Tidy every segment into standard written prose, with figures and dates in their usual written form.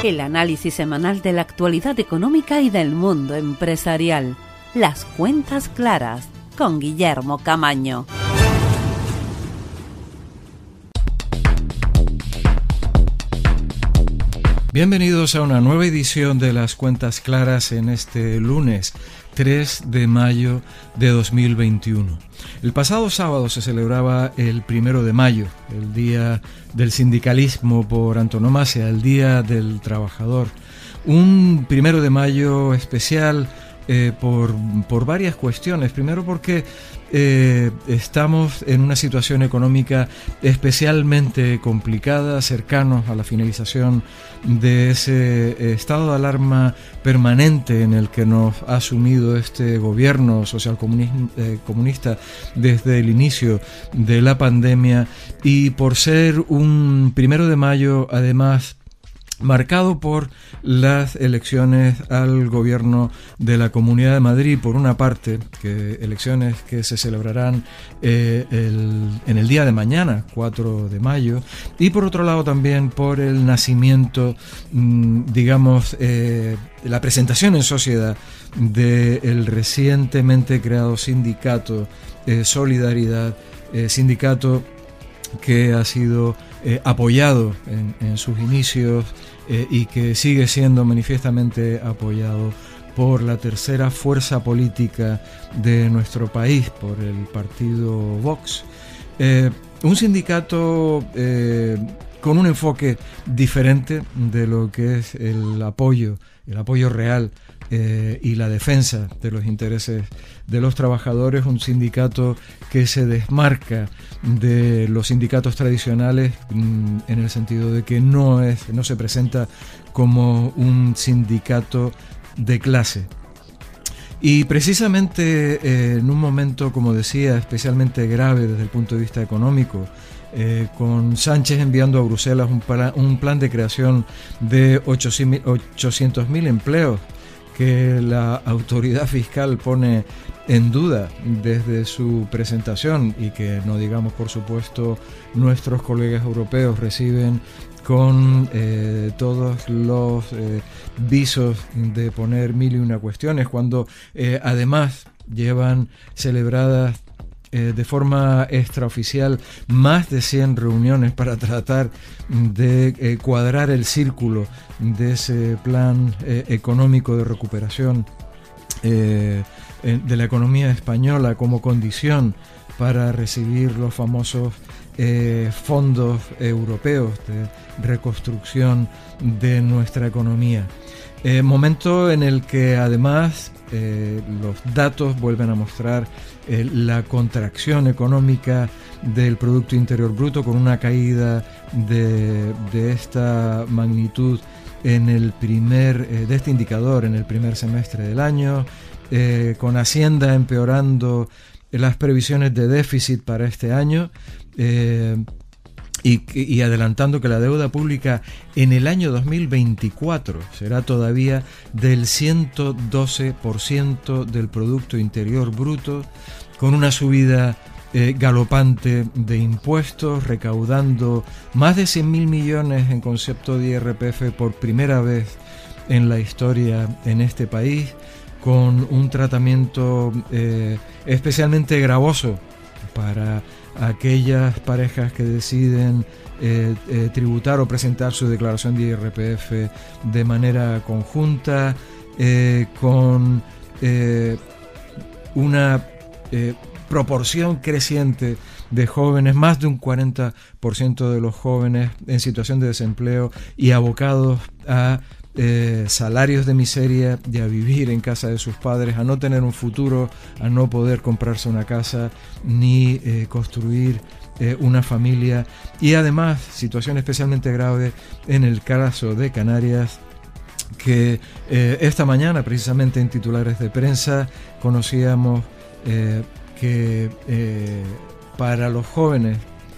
El análisis semanal de la actualidad económica y del mundo empresarial. Las cuentas claras, con Guillermo Camaño. Bienvenidos a una nueva edición de Las Cuentas Claras en este lunes 3 de mayo de 2021. El pasado sábado se celebraba el 1 de mayo, el Día del Sindicalismo por antonomasia, el Día del Trabajador. Un 1 de mayo especial por varias cuestiones. Primero porque estamos en una situación económica especialmente complicada, cercanos a la finalización de ese estado de alarma permanente en el que nos ha sumido este gobierno socialcomunista desde el inicio de la pandemia, y por ser un 1 de mayo además marcado por las elecciones al gobierno de la Comunidad de Madrid, por una parte, elecciones que se celebrarán en el día de mañana, 4 de mayo, y por otro lado también por el nacimiento, la presentación en sociedad del recientemente creado sindicato Solidaridad, sindicato que ha sido apoyado en sus inicios y que sigue siendo manifiestamente apoyado por la tercera fuerza política de nuestro país, por el partido Vox. Un sindicato con un enfoque diferente de lo que es el apoyo real y la defensa de los intereses de los trabajadores, un sindicato que se desmarca de los sindicatos tradicionales en el sentido de que no se presenta como un sindicato de clase. Y precisamente en un momento, como decía, especialmente grave desde el punto de vista económico, con Sánchez enviando a Bruselas un plan de creación de 800.000 empleos que la autoridad fiscal pone en duda desde su presentación, y que no digamos por supuesto nuestros colegas europeos reciben con todos los visos de poner mil y una cuestiones, cuando además llevan celebradas de forma extraoficial más de 100 reuniones para tratar de cuadrar el círculo de ese plan económico de recuperación de la economía española como condición para recibir los famosos fondos europeos de reconstrucción de nuestra economía. Momento en el que además los datos vuelven a mostrar la contracción económica del Producto Interior Bruto, con una caída de esta magnitud de este indicador en el primer semestre del año, con Hacienda empeorando las previsiones de déficit para este año, y adelantando que la deuda pública en el año 2024 será todavía del 112% del Producto Interior Bruto, con una subida galopante de impuestos, recaudando más de 100.000 millones en concepto de IRPF por primera vez en la historia en este país, con un tratamiento especialmente gravoso para aquellas parejas que deciden tributar o presentar su declaración de IRPF de manera conjunta, con una proporción creciente de jóvenes, más de un 40% de los jóvenes en situación de desempleo y abocados a salarios de miseria y a vivir en casa de sus padres, a no tener un futuro, a no poder comprarse una casa ni construir una familia, y además situación especialmente grave en el caso de Canarias, que esta mañana precisamente en titulares de prensa conocíamos que para los jóvenes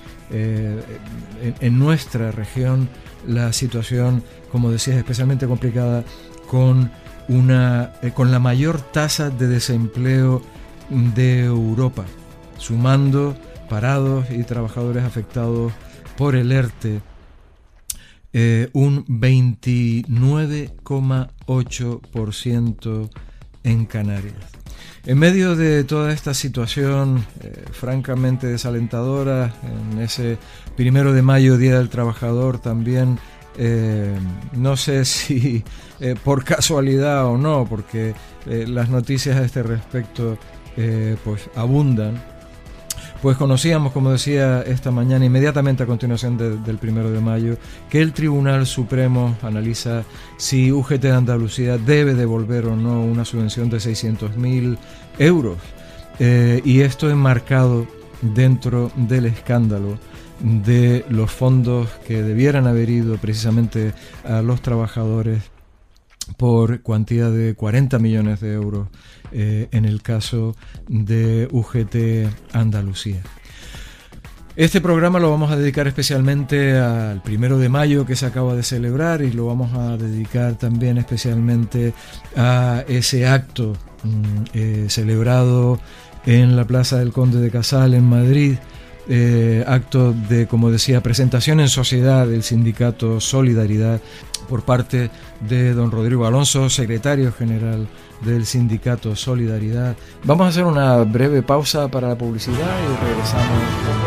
en nuestra región la situación, como decía, es especialmente complicada, con la mayor tasa de desempleo de Europa, sumando parados y trabajadores afectados por el ERTE. un 29,8% en Canarias. En medio de toda esta situación francamente desalentadora, en ese 1 de mayo, Día del Trabajador, también no sé si por casualidad o no, porque las noticias a este respecto pues abundan. Pues conocíamos, como decía esta mañana, inmediatamente a continuación del 1 de mayo, que el Tribunal Supremo analiza si UGT de Andalucía debe devolver o no una subvención de 600.000 euros. Y esto enmarcado dentro del escándalo de los fondos que debieran haber ido precisamente a los trabajadores por cuantía de 40 millones de euros en el caso de UGT Andalucía. Este programa lo vamos a dedicar especialmente al 1 de mayo que se acaba de celebrar, y lo vamos a dedicar también especialmente a ese acto celebrado en la Plaza del Conde de Casal en Madrid, acto de, como decía, presentación en sociedad del sindicato Solidaridad por parte de don Rodrigo Alonso, secretario general del sindicato Solidaridad. Vamos a hacer una breve pausa para la publicidad y regresamos.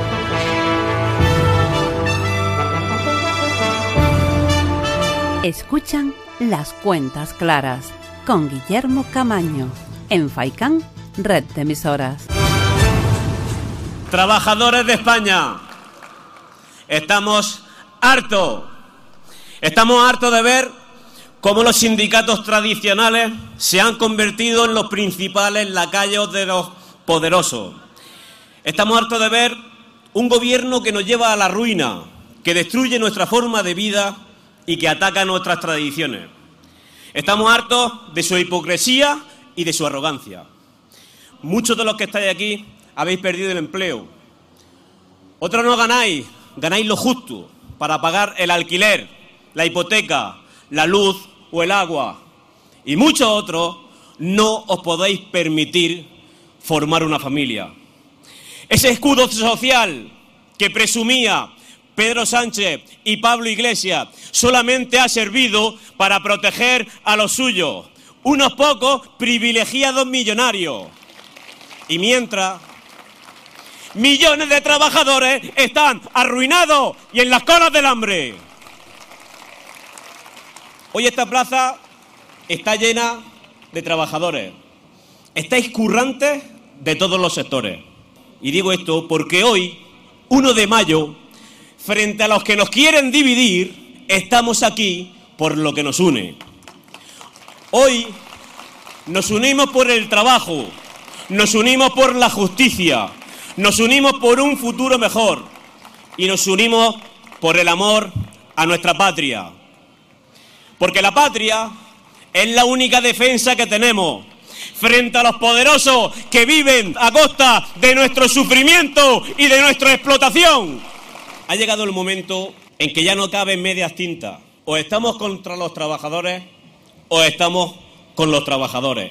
Escuchan Las Cuentas Claras con Guillermo Camaño en Faikán, red de emisoras. Trabajadores de España, estamos hartos de ver cómo los sindicatos tradicionales se han convertido en los principales lacayos de los poderosos. Estamos hartos de ver un gobierno que nos lleva a la ruina, que destruye nuestra forma de vida y que ataca nuestras tradiciones. Estamos hartos de su hipocresía y de su arrogancia. Muchos de los que estáis aquí habéis perdido el empleo. Otros no ganáis lo justo para pagar el alquiler, la hipoteca, la luz o el agua. Y muchos otros no os podéis permitir formar una familia. Ese escudo social que presumía Pedro Sánchez y Pablo Iglesias solamente ha servido para proteger a los suyos, unos pocos privilegiados millonarios. Y mientras, millones de trabajadores están arruinados y en las colas del hambre. Hoy esta plaza está llena de trabajadores. Estáis currantes de todos los sectores. Y digo esto porque hoy, 1 de mayo, frente a los que nos quieren dividir, estamos aquí por lo que nos une. Hoy nos unimos por el trabajo, nos unimos por la justicia, nos unimos por un futuro mejor y nos unimos por el amor a nuestra patria. Porque la patria es la única defensa que tenemos frente a los poderosos que viven a costa de nuestro sufrimiento y de nuestra explotación. Ha llegado el momento en que ya no caben medias tintas. O estamos contra los trabajadores o estamos con los trabajadores.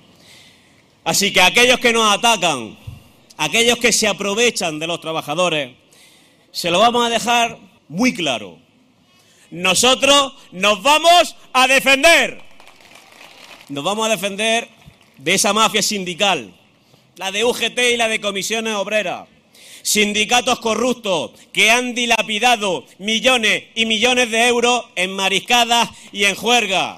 Así que aquellos que nos atacan, aquellos que se aprovechan de los trabajadores, se lo vamos a dejar muy claro. Nosotros nos vamos a defender. Nos vamos a defender de esa mafia sindical, la de UGT y la de comisiones obreras. Sindicatos corruptos que han dilapidado millones y millones de euros en mariscadas y en juergas.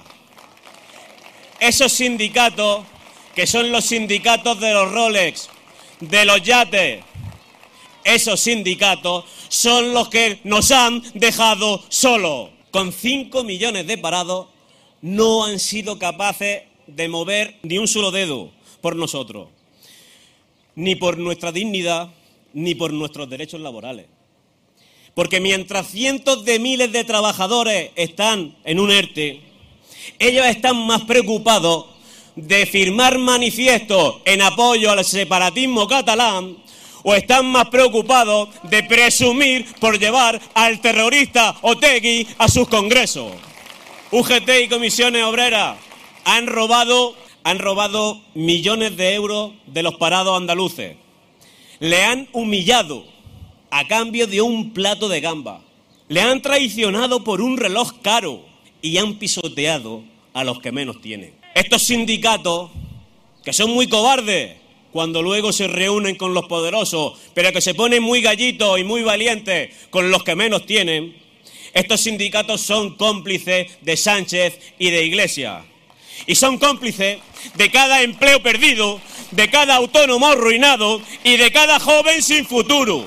Esos sindicatos que son los sindicatos de los Rolex, de los yates. Esos sindicatos son los que nos han dejado solos. Con 5 millones de parados no han sido capaces de mover ni un solo dedo por nosotros, ni por nuestra dignidad, ni por nuestros derechos laborales. Porque mientras cientos de miles de trabajadores están en un ERTE, ellos están más preocupados de firmar manifiestos en apoyo al separatismo catalán o están más preocupados de presumir por llevar al terrorista Otegi a sus congresos. UGT y comisiones obreras han robado millones de euros de los parados andaluces. Le han humillado a cambio de un plato de gamba. Le han traicionado por un reloj caro y han pisoteado a los que menos tienen. Estos sindicatos, que son muy cobardes cuando luego se reúnen con los poderosos, pero que se ponen muy gallitos y muy valientes con los que menos tienen, estos sindicatos son cómplices de Sánchez y de Iglesias. Y son cómplices de cada empleo perdido, de cada autónomo arruinado y de cada joven sin futuro.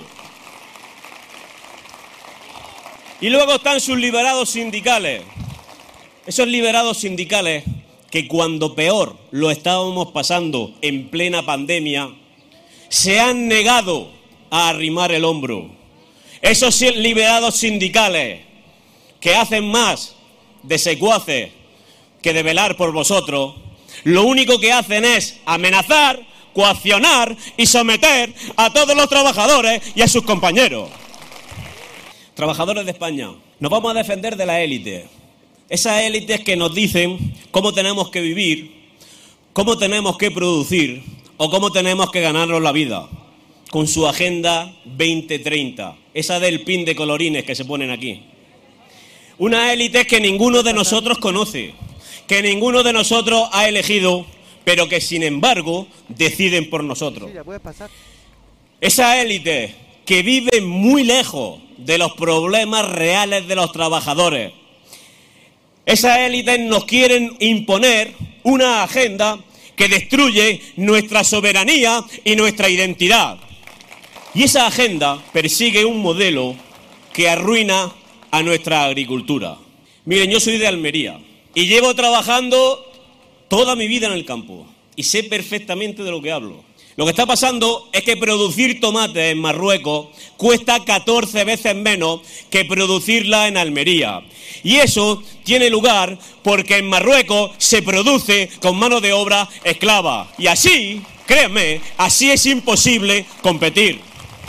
Y luego están sus liberados sindicales. Esos liberados sindicales que cuando peor lo estábamos pasando en plena pandemia, se han negado a arrimar el hombro. Esos liberados sindicales que hacen más de secuaces que de velar por vosotros, lo único que hacen es amenazar, coaccionar y someter a todos los trabajadores y a sus compañeros. Trabajadores de España, nos vamos a defender de la élite. Esas élites que nos dicen cómo tenemos que vivir, cómo tenemos que producir o cómo tenemos que ganarnos la vida, con su agenda 2030, esa del pin de colorines que se ponen aquí. Unas élites que ninguno de nosotros conoce, que ninguno de nosotros ha elegido, pero que sin embargo deciden por nosotros. Esa élite que vive muy lejos de los problemas reales de los trabajadores. Esas élites nos quieren imponer una agenda que destruye nuestra soberanía y nuestra identidad. Y esa agenda persigue un modelo que arruina a nuestra agricultura. Miren, yo soy de Almería y llevo trabajando toda mi vida en el campo y sé perfectamente de lo que hablo. Lo que está pasando es que producir tomates en Marruecos cuesta 14 veces menos que producirla en Almería. Y eso tiene lugar porque en Marruecos se produce con mano de obra esclava. Y así, créanme, así es imposible competir.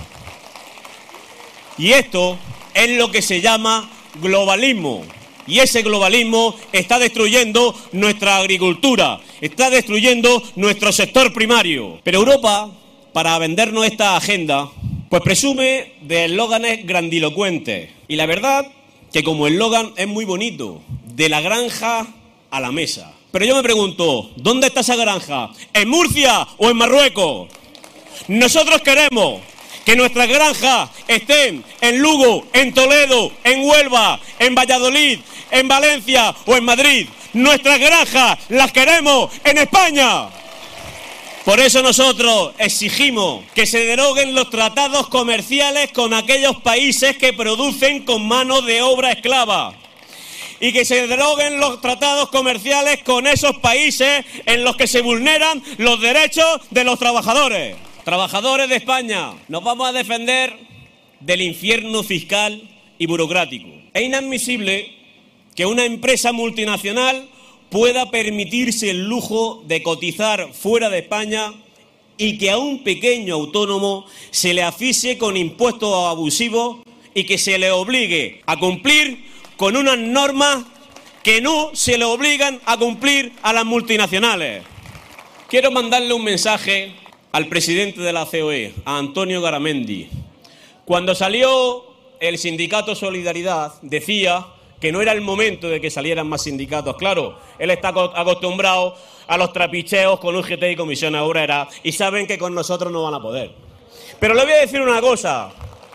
Y esto es lo que se llama globalismo. Y ese globalismo está destruyendo nuestra agricultura, está destruyendo nuestro sector primario. Pero Europa, para vendernos esta agenda, pues presume de eslóganes grandilocuentes. Y la verdad que como eslogan es muy bonito, de la granja a la mesa. Pero yo me pregunto, ¿dónde está esa granja? ¿En Murcia o en Marruecos? Nosotros queremos que nuestras granjas estén en Lugo, en Toledo, en Huelva, en Valladolid, en Valencia o en Madrid. Nuestras granjas las queremos en España. Por eso nosotros exigimos que se deroguen los tratados comerciales con aquellos países que producen con mano de obra esclava. Y que se deroguen los tratados comerciales con esos países en los que se vulneran los derechos de los trabajadores. Trabajadores de España, nos vamos a defender del infierno fiscal y burocrático. Es inadmisible que una empresa multinacional pueda permitirse el lujo de cotizar fuera de España y que a un pequeño autónomo se le asfixie con impuestos abusivos y que se le obligue a cumplir con unas normas que no se le obligan a cumplir a las multinacionales. Quiero mandarle un mensaje al presidente de la COE, a Antonio Garamendi. Cuando salió el sindicato Solidaridad, decía que no era el momento de que salieran más sindicatos. Claro, él está acostumbrado a los trapicheos con UGT y comisiones obreras y saben que con nosotros no van a poder. Pero le voy a decir una cosa,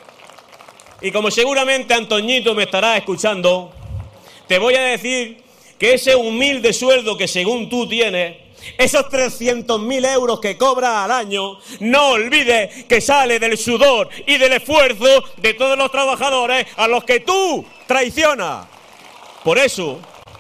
y como seguramente Antoñito me estará escuchando, te voy a decir que ese humilde sueldo que según tú tienes, esos 300.000 euros que cobras al año, no olvides que sale del sudor y del esfuerzo de todos los trabajadores a los que tú traicionas. Por eso,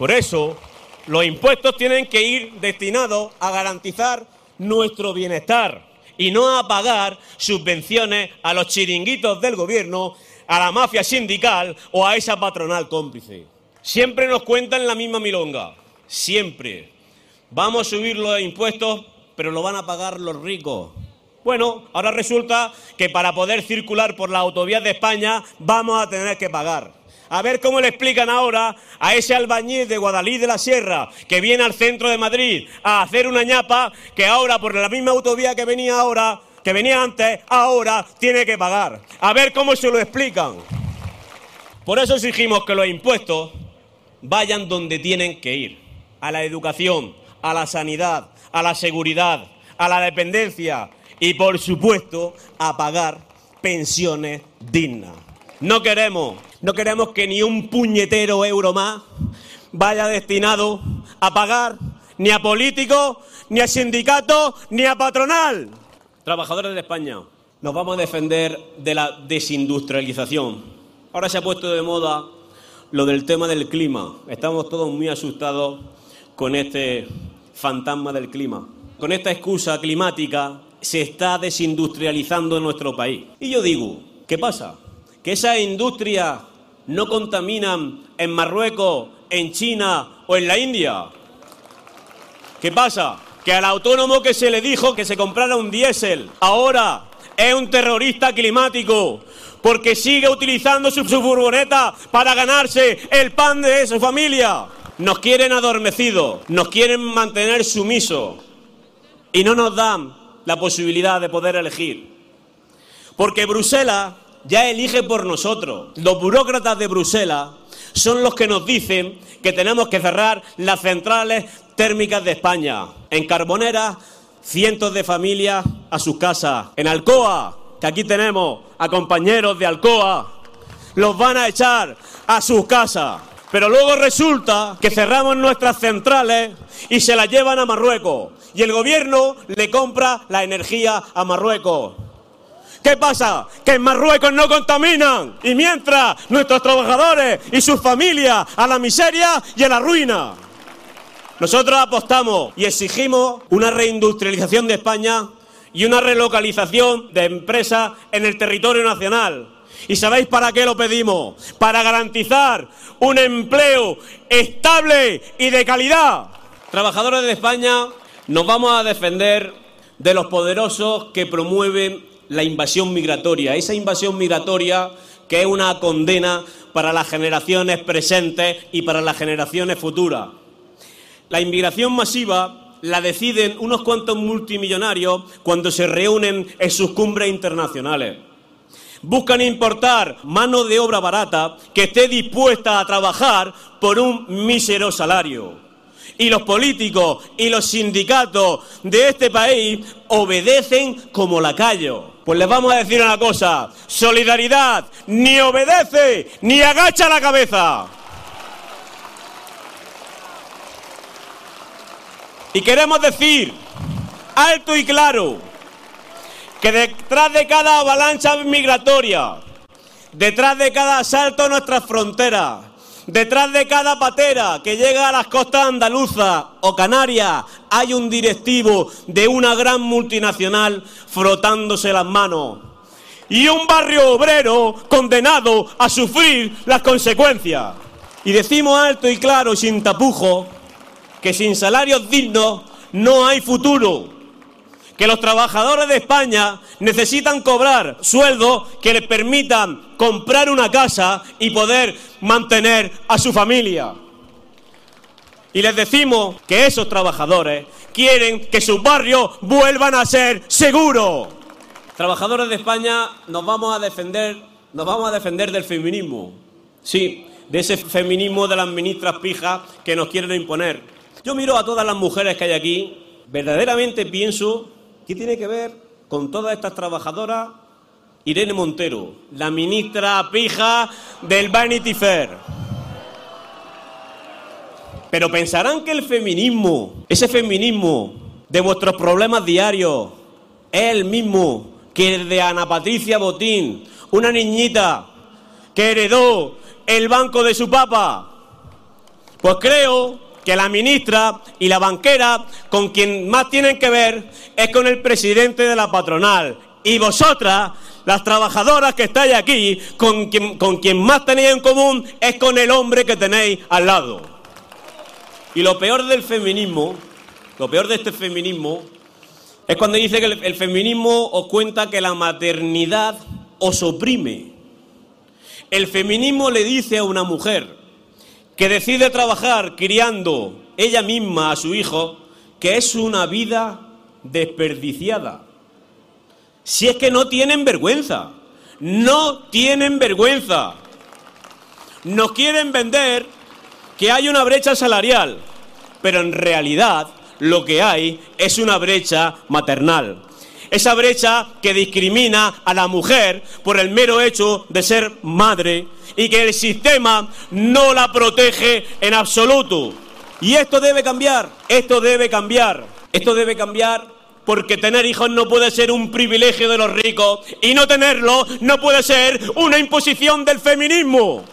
los impuestos tienen que ir destinados a garantizar nuestro bienestar y no a pagar subvenciones a los chiringuitos del gobierno, a la mafia sindical o a esa patronal cómplice. Siempre nos cuentan la misma milonga, siempre. Vamos a subir los impuestos, pero lo van a pagar los ricos. Bueno, ahora resulta que para poder circular por las autovías de España vamos a tener que pagar. A ver cómo le explican ahora a ese albañil de Guadalí de la Sierra que viene al centro de Madrid a hacer una ñapa que ahora por la misma autovía que venía antes, ahora tiene que pagar. A ver cómo se lo explican. Por eso exigimos que los impuestos vayan donde tienen que ir, a la educación, a la sanidad, a la seguridad, a la dependencia y, por supuesto, a pagar pensiones dignas. No queremos que ni un puñetero euro más vaya destinado a pagar ni a políticos, ni a sindicatos, ni a patronal. Trabajadores de España, nos vamos a defender de la desindustrialización. Ahora se ha puesto de moda lo del tema del clima. Estamos todos muy asustados con este fantasma del clima. Con esta excusa climática se está desindustrializando nuestro país. Y yo digo, ¿qué pasa? ¿Que esas industrias no contaminan en Marruecos, en China o en la India? ¿Qué pasa? Que al autónomo que se le dijo que se comprara un diésel, ahora es un terrorista climático, porque sigue utilizando su furgoneta para ganarse el pan de su familia. Nos quieren adormecidos, nos quieren mantener sumisos y no nos dan la posibilidad de poder elegir. Porque Bruselas ya elige por nosotros. Los burócratas de Bruselas son los que nos dicen que tenemos que cerrar las centrales térmicas de España. En Carbonera, cientos de familias a sus casas. En Alcoa, que aquí tenemos a compañeros de Alcoa, los van a echar a sus casas. Pero luego resulta que cerramos nuestras centrales y se las llevan a Marruecos. Y el gobierno le compra la energía a Marruecos. ¿Qué pasa? Que en Marruecos no contaminan. Y mientras, nuestros trabajadores y sus familias a la miseria y a la ruina. Nosotros apostamos y exigimos una reindustrialización de España y una relocalización de empresas en el territorio nacional. ¿Y sabéis para qué lo pedimos? Para garantizar un empleo estable y de calidad. Trabajadores de España, nos vamos a defender de los poderosos que promueven la invasión migratoria. Esa invasión migratoria que es una condena para las generaciones presentes y para las generaciones futuras. La inmigración masiva la deciden unos cuantos multimillonarios cuando se reúnen en sus cumbres internacionales. Buscan importar mano de obra barata que esté dispuesta a trabajar por un mísero salario. Y los políticos y los sindicatos de este país obedecen como lacayos. Pues les vamos a decir una cosa: solidaridad ni obedece ni agacha la cabeza. Y queremos decir alto y claro que detrás de cada avalancha migratoria, detrás de cada asalto a nuestras fronteras, detrás de cada patera que llega a las costas andaluzas o canarias, hay un directivo de una gran multinacional frotándose las manos. Y un barrio obrero condenado a sufrir las consecuencias. Y decimos alto y claro, sin tapujos, que sin salarios dignos no hay futuro. Que los trabajadores de España necesitan cobrar sueldos que les permitan comprar una casa y poder mantener a su familia. Y les decimos que esos trabajadores quieren que sus barrios vuelvan a ser seguros. Trabajadores de España, nos vamos a defender del feminismo. Sí, de ese feminismo de las ministras pijas que nos quieren imponer. Yo miro a todas las mujeres que hay aquí, verdaderamente pienso, ¿qué tiene que ver con todas estas trabajadoras? Irene Montero, la ministra pija del Vanity Fair. Pero pensarán que el feminismo, ese feminismo de vuestros problemas diarios, es el mismo que el de Ana Patricia Botín, una niñita que heredó el banco de su papá. Pues creo que la ministra y la banquera con quien más tienen que ver es con el presidente de la patronal. Y vosotras, las trabajadoras que estáis aquí, con quien más tenéis en común es con el hombre que tenéis al lado. Y lo peor del feminismo, lo peor de este feminismo, es cuando dice que el feminismo os cuenta que la maternidad os oprime. El feminismo le dice a una mujer que decide trabajar criando ella misma a su hijo, que es una vida desperdiciada. Si es que no tienen vergüenza, no tienen vergüenza. nos quieren vender que hay una brecha salarial, pero en realidad lo que hay es una brecha maternal. Esa brecha que discrimina a la mujer por el mero hecho de ser madre y que el sistema no la protege en absoluto. Y esto debe cambiar, esto debe cambiar, esto debe cambiar porque tener hijos no puede ser un privilegio de los ricos y no tenerlo no puede ser una imposición del feminismo.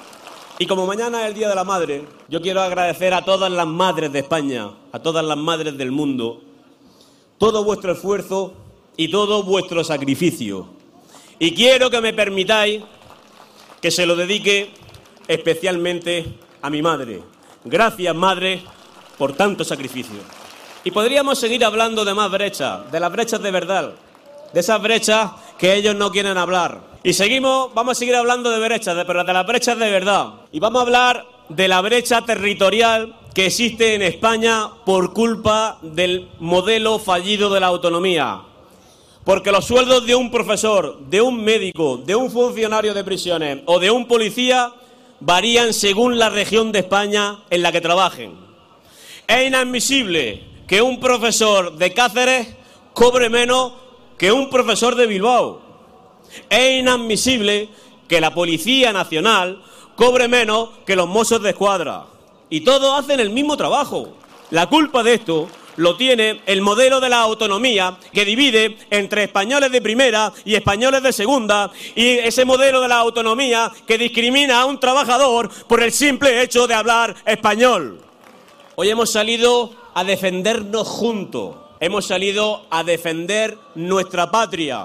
Y como mañana es el Día de la Madre, yo quiero agradecer a todas las madres de España, a todas las madres del mundo, todo vuestro esfuerzo y todo vuestro sacrificio. Y quiero que me permitáis que se lo dedique especialmente a mi madre. Gracias, madre, por tanto sacrificio. Y podríamos seguir hablando de más brechas, de las brechas de verdad, de esas brechas que ellos no quieren hablar. Y vamos a seguir hablando de brechas, pero de las brechas de verdad. Y vamos a hablar de la brecha territorial que existe en España por culpa del modelo fallido de la autonomía. Porque los sueldos de un profesor, de un médico, de un funcionario de prisiones o de un policía varían según la región de España en la que trabajen. Es inadmisible que un profesor de Cáceres cobre menos que un profesor de Bilbao. Es inadmisible que la Policía Nacional cobre menos que los Mossos de Escuadra. Y todos hacen el mismo trabajo. La culpa de esto lo tiene el modelo de la autonomía que divide entre españoles de primera y españoles de segunda, y ese modelo de la autonomía que discrimina a un trabajador por el simple hecho de hablar español. Hoy hemos salido a defendernos juntos, hemos salido a defender nuestra patria.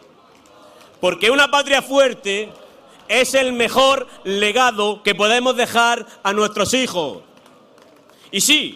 Porque una patria fuerte es el mejor legado que podemos dejar a nuestros hijos. Y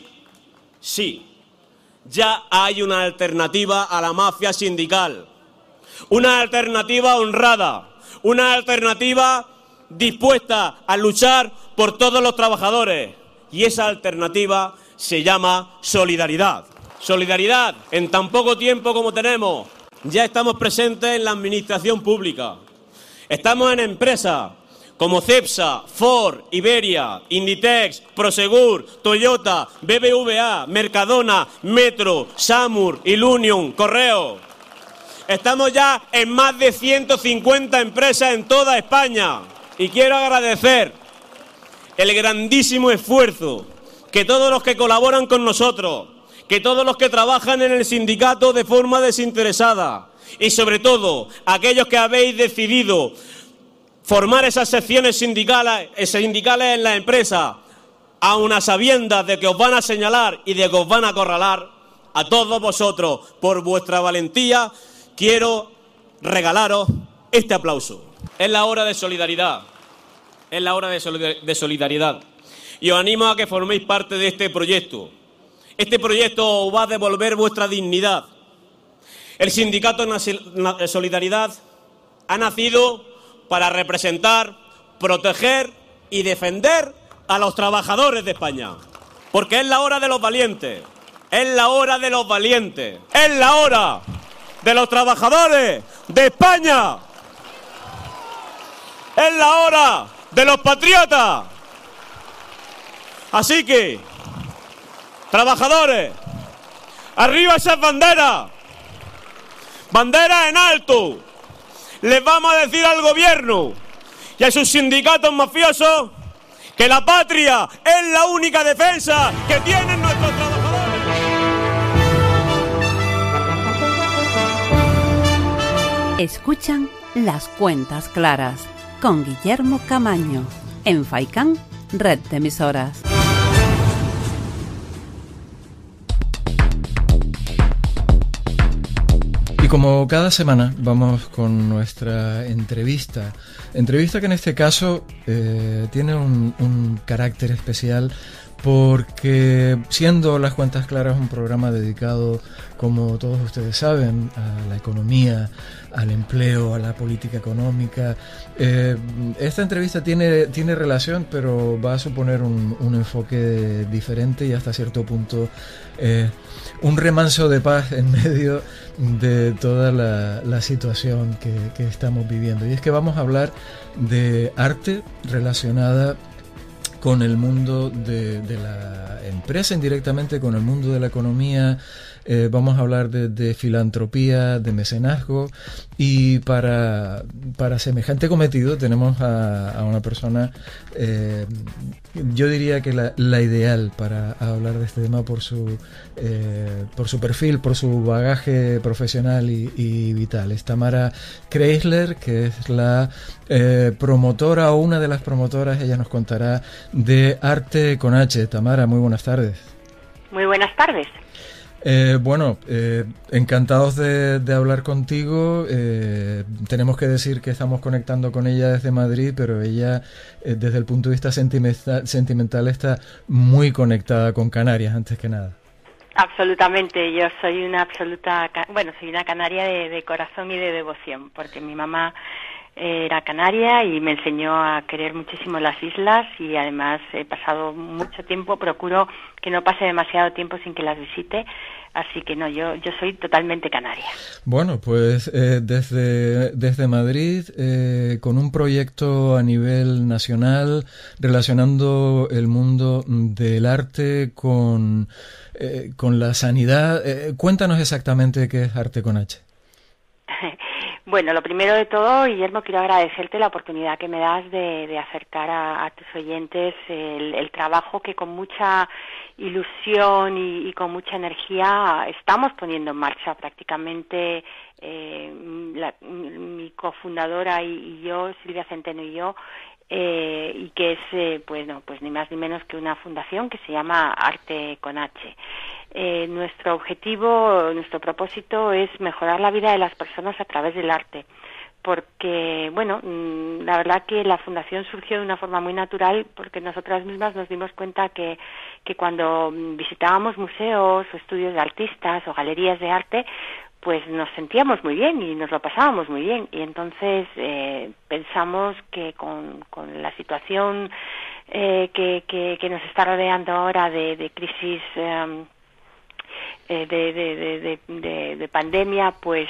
sí, ya hay una alternativa a la mafia sindical. Una alternativa honrada, una alternativa dispuesta a luchar por todos los trabajadores. Y esa alternativa se llama solidaridad. Solidaridad en tan poco tiempo como tenemos. Ya estamos presentes en la administración pública. Estamos en empresas como Cepsa, Ford, Iberia, Inditex, Prosegur, Toyota, BBVA, Mercadona, Metro, Samur, Ilunion, Correo. Estamos ya en más de 150 empresas en toda España. Y quiero agradecer el grandísimo esfuerzo que todos los que colaboran con nosotros, que todos los que trabajan en el sindicato de forma desinteresada y sobre todo aquellos que habéis decidido formar esas secciones sindicales en la empresa, aun a sabiendas de que os van a señalar y de que os van a acorralar, a todos vosotros por vuestra valentía, quiero regalaros este aplauso. Es la hora de solidaridad, es la hora de solidaridad. Y os animo a que forméis parte de este proyecto. Este proyecto os va a devolver vuestra dignidad. El Sindicato de Solidaridad ha nacido para representar, proteger y defender a los trabajadores de España. Porque es la hora de los valientes, es la hora de los valientes, es la hora de los trabajadores de España, es la hora de los patriotas. Así que, trabajadores, arriba esas banderas, banderas en alto. Les vamos a decir al gobierno y a sus sindicatos mafiosos que la patria es la única defensa que tienen nuestros trabajadores. Escuchan Las Cuentas Claras con Guillermo Camaño en Faikán, red de emisoras. Y como cada semana vamos con nuestra entrevista que en este caso tiene un carácter especial porque siendo Las Cuentas Claras un programa dedicado, como todos ustedes saben, a la economía, al empleo, a la política económica, esta entrevista tiene relación, pero va a suponer un enfoque diferente y hasta cierto punto un remanso de paz en medio de toda la situación que estamos viviendo. Y es que vamos a hablar de arte relacionada con el mundo de la empresa, indirectamente con el mundo de la economía. Vamos a hablar de filantropía, de mecenazgo, y para semejante cometido tenemos a una persona, yo diría que la ideal para hablar de este tema por su perfil, por su bagaje profesional y vital. Es Tamara Kreisler, que es la promotora o una de las promotoras, ella nos contará, de Arte con H. Tamara, muy buenas tardes. Muy buenas tardes. Encantados de hablar contigo. Tenemos que decir que estamos conectando con ella desde Madrid, pero ella, desde el punto de vista sentimental, está muy conectada con Canarias, antes que nada. Absolutamente, yo soy una soy una canaria de corazón y de devoción, porque mi mamá era canaria y me enseñó a querer muchísimo las islas, y además he pasado mucho tiempo, procuro que no pase demasiado tiempo sin que las visite, así que no, yo soy totalmente canaria. Bueno, pues desde Madrid, con un proyecto a nivel nacional relacionando el mundo del arte con la sanidad. Cuéntanos exactamente qué es Arte con H. Bueno, lo primero de todo, Guillermo, quiero agradecerte la oportunidad que me das de acercar a tus oyentes el trabajo que con mucha ilusión y con mucha energía estamos poniendo en marcha. Prácticamente mi cofundadora y yo, Silvia Centeno y yo, y que es pues ni más ni menos que una fundación que se llama Arte con H. Nuestro objetivo, nuestro propósito es mejorar la vida de las personas a través del arte, porque, la verdad que la fundación surgió de una forma muy natural, porque nosotras mismas nos dimos cuenta que cuando visitábamos museos o estudios de artistas o galerías de arte, pues nos sentíamos muy bien y nos lo pasábamos muy bien, y entonces pensamos que con la situación que nos está rodeando ahora de crisis, de pandemia, pues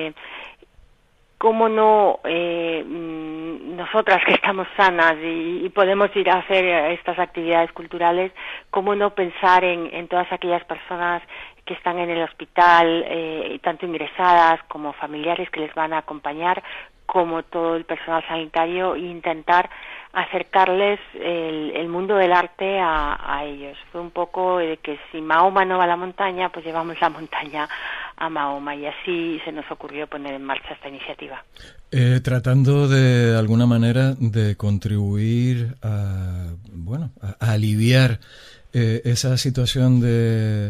cómo no, nosotras que estamos sanas y podemos ir a hacer estas actividades culturales, cómo no pensar en todas aquellas personas que están en el hospital, tanto ingresadas como familiares que les van a acompañar, como todo el personal sanitario, e intentar acercarles el mundo del arte a ellos. Fue un poco de que si Mahoma no va a la montaña, pues llevamos la montaña a Mahoma, y así se nos ocurrió poner en marcha esta iniciativa. Tratando de alguna manera de contribuir a aliviar esa situación de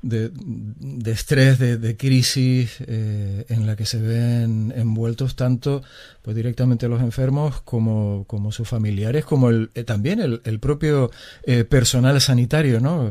estrés, de crisis en la que se ven envueltos tanto pues directamente los enfermos como sus familiares, como también el propio personal sanitario, ¿no?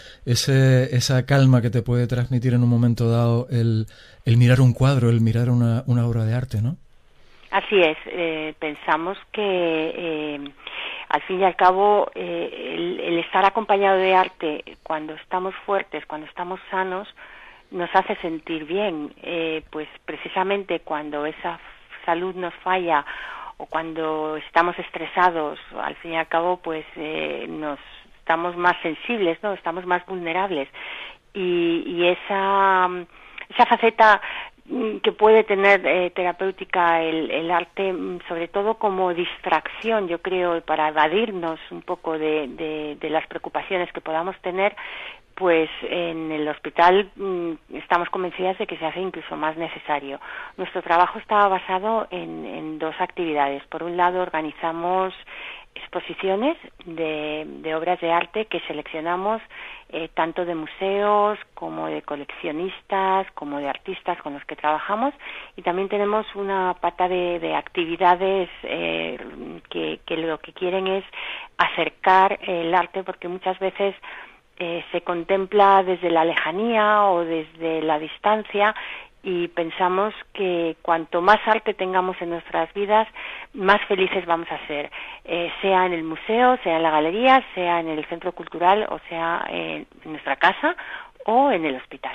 Esa calma que te puede transmitir en un momento dado el mirar un cuadro, el mirar una obra de arte, ¿no? Así es, pensamos que al fin y al cabo el estar acompañado de arte cuando estamos fuertes, cuando estamos sanos, nos hace sentir bien, pues precisamente cuando esa salud nos falla o cuando estamos estresados, al fin y al cabo pues estamos más sensibles, ¿no? Estamos más vulnerables, y esa faceta que puede tener terapéutica el arte, sobre todo como distracción, yo creo, para evadirnos un poco de las preocupaciones que podamos tener, pues en el hospital estamos convencidas de que se hace incluso más necesario. Nuestro trabajo estaba basado en dos actividades. Por un lado, organizamos exposiciones de obras de arte que seleccionamos tanto de museos como de coleccionistas, como de artistas con los que trabajamos, y también tenemos una pata de actividades que lo que quieren es acercar el arte, porque muchas veces se contempla desde la lejanía o desde la distancia, y pensamos que cuanto más arte tengamos en nuestras vidas, más felices vamos a ser, sea en el museo, sea en la galería, sea en el centro cultural, o sea en nuestra casa o en el hospital.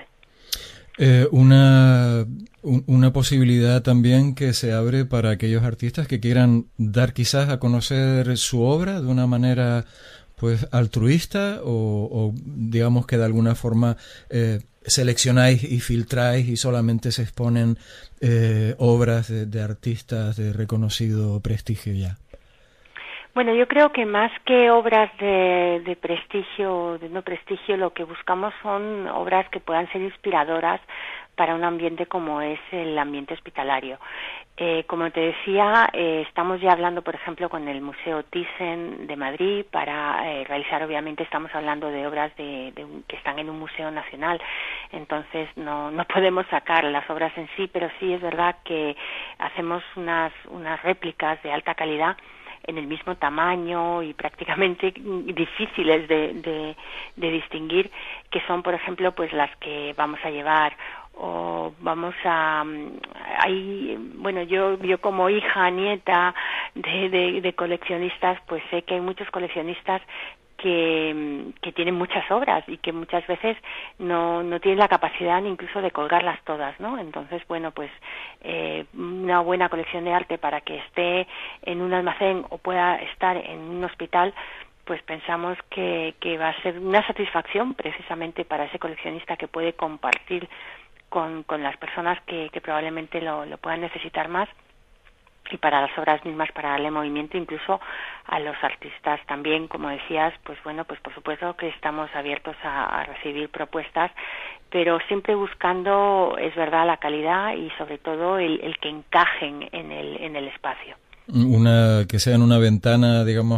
Una posibilidad también que se abre para aquellos artistas que quieran dar quizás a conocer su obra de una manera pues altruista, o digamos que de alguna forma seleccionáis y filtráis y solamente se exponen obras de artistas de reconocido prestigio ya. Bueno, yo creo que más que obras de prestigio o de no prestigio, lo que buscamos son obras que puedan ser inspiradoras para un ambiente como es el ambiente hospitalario. Como te decía, estamos ya hablando, por ejemplo, con el Museo Thyssen de Madrid para realizar, obviamente estamos hablando de obras que están en un museo nacional, entonces no podemos sacar las obras en sí, pero sí es verdad que hacemos unas réplicas de alta calidad en el mismo tamaño y prácticamente difíciles de distinguir, que son, por ejemplo, pues las que vamos a llevar, o vamos a bueno, yo como hija, nieta de coleccionistas, pues sé que hay muchos coleccionistas que tienen muchas obras y que muchas veces no tienen la capacidad ni incluso de colgarlas todas, ¿no? Entonces, bueno, pues una buena colección de arte para que esté en un almacén o pueda estar en un hospital, pues pensamos que va a ser una satisfacción precisamente para ese coleccionista, que puede compartir con las personas que probablemente lo puedan necesitar más, y para las obras mismas, para darle movimiento incluso a los artistas también, como decías, pues bueno, pues por supuesto que estamos abiertos a recibir propuestas, pero siempre buscando, es verdad, la calidad y sobre todo el que encajen en el espacio. Que sea en una ventana, digamos,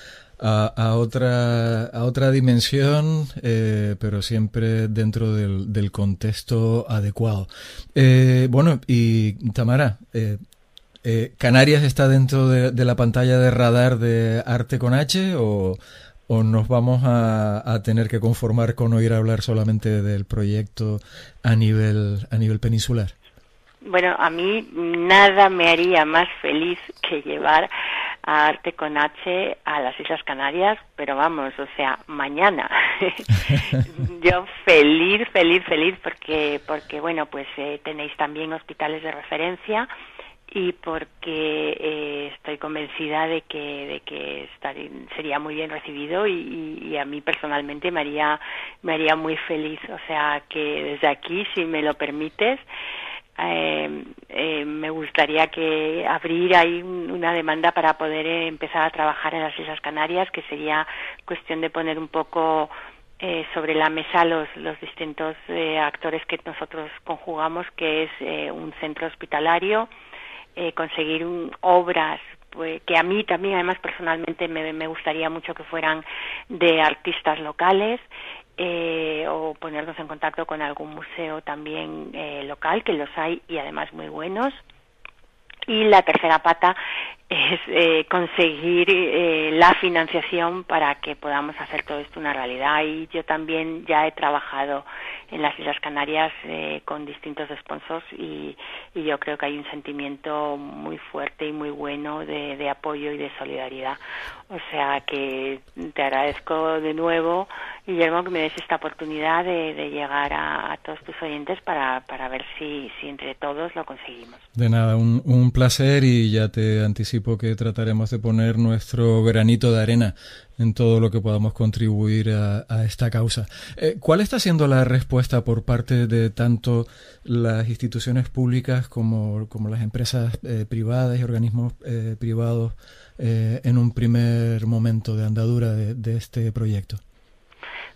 a otra dimensión, pero siempre dentro del contexto adecuado. Bueno, y Tamara, ¿Canarias está dentro de la pantalla de radar de Arte con H, o nos vamos a tener que conformar con oír hablar solamente del proyecto a nivel peninsular? Bueno, a mí nada me haría más feliz que llevar a Arte con H a las Islas Canarias, pero vamos, o sea, mañana. Yo feliz, porque bueno, pues tenéis también hospitales de referencia, y porque estoy convencida de que sería muy bien recibido, y a mí personalmente me haría muy feliz. O sea, que desde aquí, si me lo permites, me gustaría que abrir ahí una demanda para poder empezar a trabajar en las Islas Canarias, que sería cuestión de poner un poco sobre la mesa los distintos actores que nosotros conjugamos, que es un centro hospitalario, conseguir obras pues, que a mí también, además personalmente, me gustaría mucho que fueran de artistas locales, o ponernos en contacto con algún museo también local, que los hay y además muy buenos. Y la tercera pata es conseguir la financiación para que podamos hacer todo esto una realidad. Y yo también ya he trabajado en las Islas Canarias con distintos sponsors, y yo creo que hay un sentimiento muy fuerte y muy bueno de apoyo y de solidaridad. O sea que te agradezco de nuevo, Guillermo, que me des esta oportunidad de llegar a todos tus oyentes para ver si entre todos lo conseguimos. De nada, un placer, y ya te anticipo que trataremos de poner nuestro granito de arena en todo lo que podamos contribuir a esta causa. ¿Cuál está siendo la respuesta por parte de tanto las instituciones públicas como las empresas privadas y organismos privados en un primer momento de andadura de este proyecto?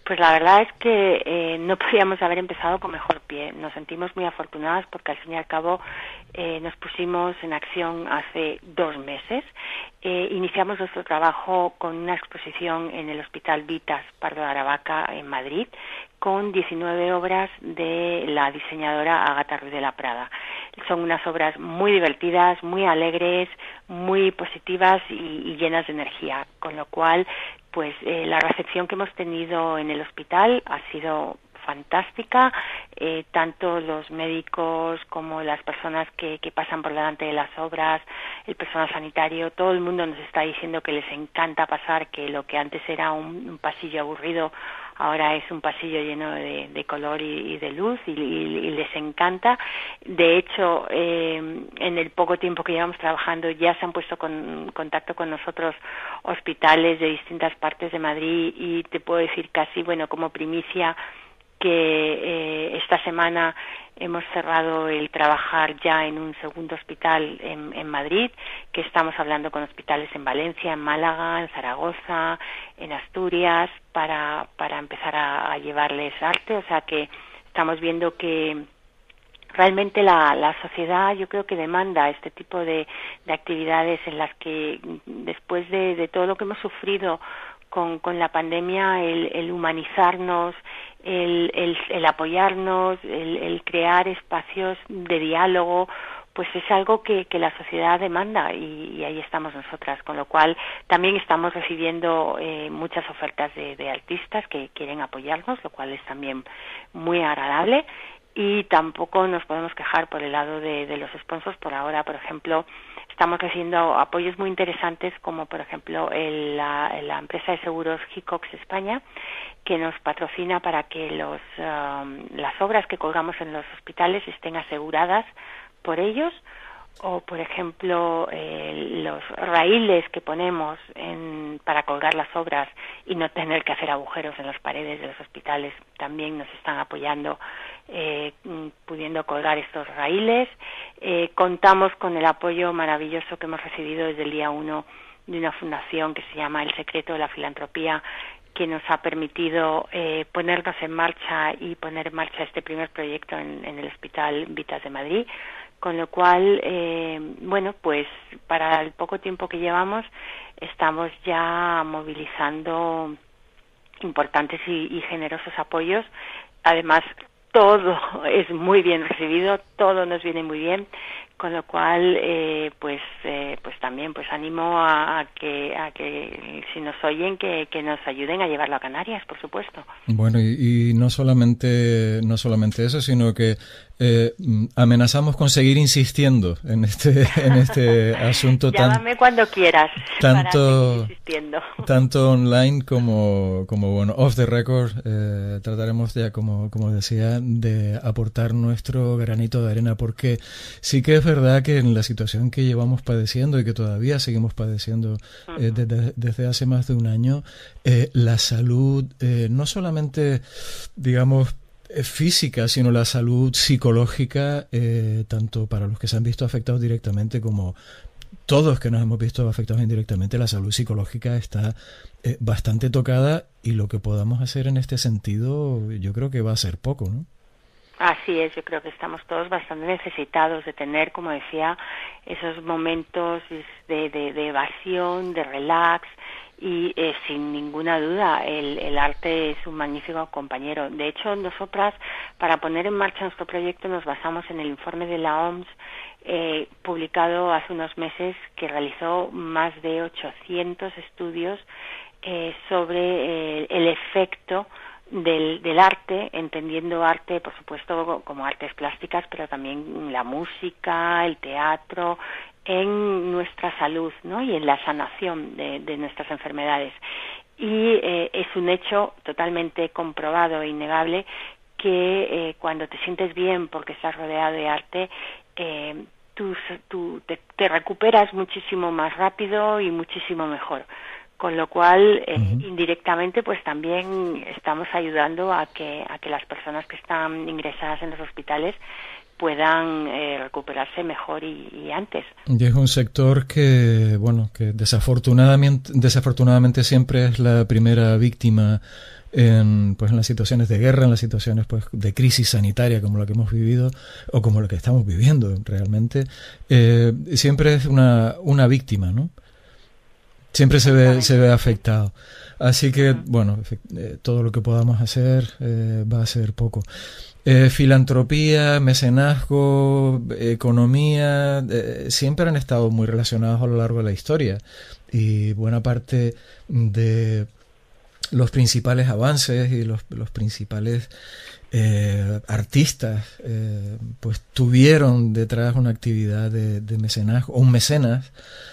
Pues la verdad es que no podíamos haber empezado con mejor pie. Nos sentimos muy afortunadas porque al fin y al cabo nos pusimos en acción hace 2 meses. Iniciamos nuestro trabajo con una exposición en el Hospital Vitas Pardo de Aravaca en Madrid con 19 obras de la diseñadora Ágata Ruiz de la Prada. Son unas obras muy divertidas, muy alegres, muy positivas y llenas de energía, con lo cual pues la recepción que hemos tenido en el hospital ha sido fantástica, tanto los médicos como las personas que pasan por delante de las obras, el personal sanitario, todo el mundo nos está diciendo que les encanta pasar, que lo que antes era un pasillo aburrido ahora es un pasillo lleno de color y de luz y les encanta. De hecho, en el poco tiempo que llevamos trabajando ya se han puesto en contacto con nosotros hospitales de distintas partes de Madrid y te puedo decir casi, bueno, como primicia, que esta semana hemos cerrado el trabajar ya en un segundo hospital en Madrid, que estamos hablando con hospitales en Valencia, en Málaga, en Zaragoza, en Asturias, para empezar a llevarles arte. O sea que estamos viendo que realmente la sociedad yo creo que demanda este tipo de actividades en las que después de todo lo que hemos sufrido con la pandemia, el humanizarnos, el apoyarnos, el crear espacios de diálogo, pues es algo que la sociedad demanda y ahí estamos nosotras, con lo cual también estamos recibiendo muchas ofertas de artistas que quieren apoyarnos, lo cual es también muy agradable y tampoco nos podemos quejar por el lado de los sponsors. Por ahora, por ejemplo, estamos recibiendo apoyos muy interesantes como por ejemplo la empresa de seguros Hicox España, que nos patrocina para que las obras que colgamos en los hospitales estén aseguradas por ellos, o por ejemplo los raíles que ponemos para colgar las obras y no tener que hacer agujeros en las paredes de los hospitales también nos están apoyando pudiendo colgar estos raíles. Contamos con el apoyo maravilloso que hemos recibido desde el día 1 de una fundación que se llama El Secreto de la Filantropía, que nos ha permitido ponernos en marcha y poner en marcha este primer proyecto en el Hospital Vitas de Madrid, con lo cual, bueno, pues para el poco tiempo que llevamos estamos ya movilizando importantes y generosos apoyos. Además, todo es muy bien recibido, todo nos viene muy bien, con lo cual pues también pues animo a que si nos oyen que nos ayuden a llevarlo a Canarias, por supuesto. Bueno, y no solamente eso, sino que amenazamos con seguir insistiendo en este asunto. Llámame cuando quieras para seguir insistiendo. Tanto online como bueno, off the record, trataremos ya, como decía, de aportar nuestro granito de arena, porque sí que es verdad que en la situación que llevamos padeciendo y que todavía seguimos padeciendo desde hace más de un año, la salud, no solamente, digamos, física, sino la salud psicológica, tanto para los que se han visto afectados directamente como todos que nos hemos visto afectados indirectamente, la salud psicológica está bastante tocada y lo que podamos hacer en este sentido yo creo que va a ser poco, ¿no? Así es, yo creo que estamos todos bastante necesitados de tener, como decía, esos momentos de evasión, de relax y sin ninguna duda el arte es un magnífico compañero. De hecho, nosotras para poner en marcha nuestro proyecto nos basamos en el informe de la OMS publicado hace unos meses, que realizó más de 800 estudios sobre el efecto del arte, entendiendo arte, por supuesto, como artes plásticas, pero también la música, el teatro, en nuestra salud, ¿no? Y en la sanación de nuestras enfermedades. Y es un hecho totalmente comprobado e innegable que cuando te sientes bien porque estás rodeado de arte, tú te recuperas muchísimo más rápido y muchísimo mejor. Con lo cual, indirectamente, pues también estamos ayudando a que las personas que están ingresadas en los hospitales puedan recuperarse mejor y antes. Y es un sector que, bueno, que desafortunadamente siempre es la primera víctima pues en las situaciones de guerra, en las situaciones pues de crisis sanitaria como la que hemos vivido o como la que estamos viviendo realmente, siempre es una víctima, ¿no? Siempre se ve afectado. Así que, bueno, todo lo que podamos hacer va a ser poco. Filantropía, mecenazgo, economía, siempre han estado muy relacionados a lo largo de la historia. Y buena parte de los principales avances y los principales artistas pues tuvieron detrás una actividad de mecenazgo, o un mecenas,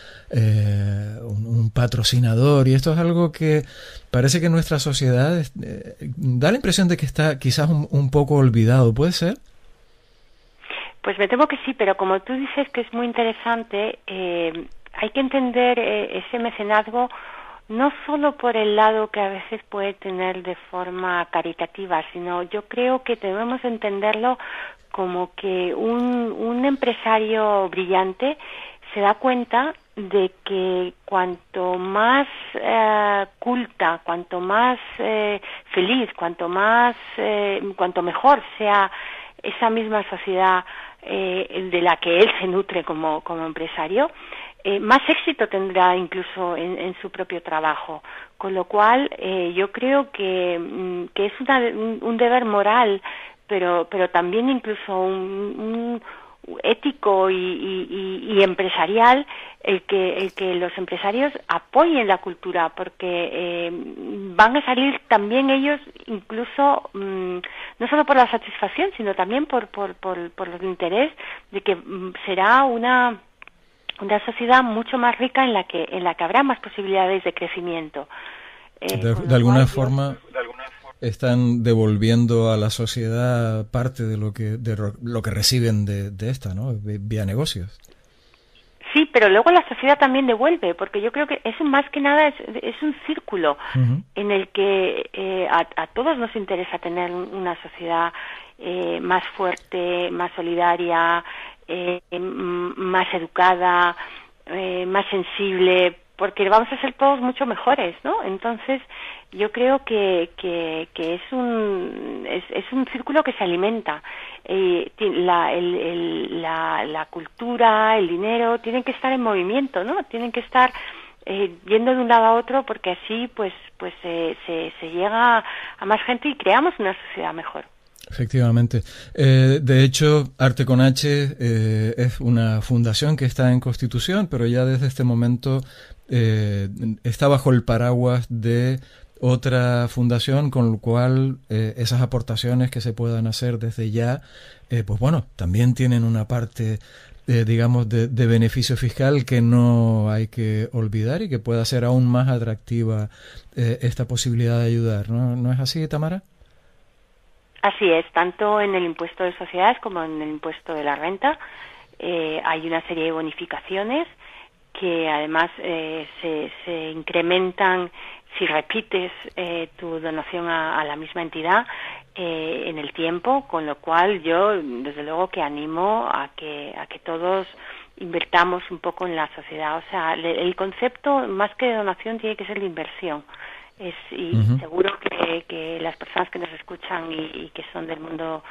un patrocinador, y esto es algo que parece que en nuestra sociedad da la impresión de que está quizás un poco olvidado. ¿Puede ser? Pues me temo que sí, pero como tú dices que es muy interesante, hay que entender ese mecenazgo no solo por el lado que a veces puede tener de forma caritativa, sino yo creo que debemos entenderlo como que un empresario brillante se da cuenta de que cuanto más culta, cuanto más feliz, cuanto mejor sea esa misma sociedad de la que él se nutre como empresario, más éxito tendrá incluso en su propio trabajo. Con lo cual, yo creo que es un deber moral, pero también incluso un ético y empresarial el que los empresarios apoyen la cultura, porque van a salir también ellos incluso no solo por la satisfacción, sino también por el interés de que será una sociedad mucho más rica en la que habrá más posibilidades de crecimiento. De alguna forma están devolviendo a la sociedad parte de lo que reciben de esta, ¿no? Vía negocios. Sí, pero luego la sociedad también devuelve, porque yo creo que eso más que nada es un círculo en el que a todos nos interesa tener una sociedad más fuerte, más solidaria, más educada, más sensible, porque vamos a ser todos mucho mejores, ¿no? Entonces, yo creo que es un círculo que se alimenta. La cultura, el dinero, tienen que estar en movimiento, ¿no? Tienen que estar yendo de un lado a otro, porque así pues se llega a más gente y creamos una sociedad mejor. Efectivamente. De hecho, Arte con H es una fundación que está en constitución, pero ya desde este momento está bajo el paraguas de otra fundación, con lo cual esas aportaciones que se puedan hacer desde ya, pues bueno, también tienen una parte, digamos, de beneficio fiscal que no hay que olvidar y que pueda hacer aún más atractiva esta posibilidad de ayudar, ¿no? ¿No es así, Tamara? Así es, tanto en el impuesto de sociedades como en el impuesto de la renta hay una serie de bonificaciones que además se incrementan si repites tu donación a la misma entidad en el tiempo, con lo cual yo desde luego que animo a que todos invertamos un poco en la sociedad. O sea, el concepto más que de donación tiene que ser de inversión. Seguro que las personas que nos escuchan y que son del mundo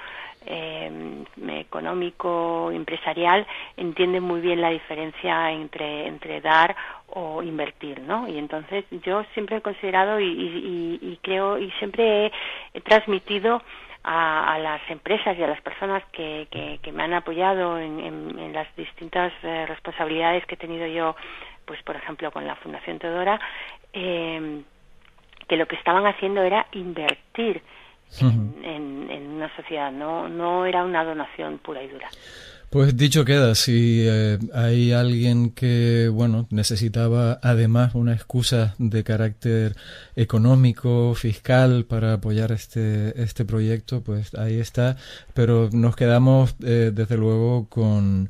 económico, empresarial, entienden muy bien la diferencia entre dar o invertir, ¿no? Y entonces yo siempre he considerado y creo y siempre he transmitido a las empresas y a las personas que me han apoyado en las distintas responsabilidades que he tenido yo, pues por ejemplo con la Fundación Teodora, que lo que estaban haciendo era invertir en una sociedad, no era una donación pura y dura. Pues dicho queda, si hay alguien que, bueno, necesitaba además una excusa de carácter económico, fiscal para apoyar este proyecto, pues ahí está, pero nos quedamos desde luego con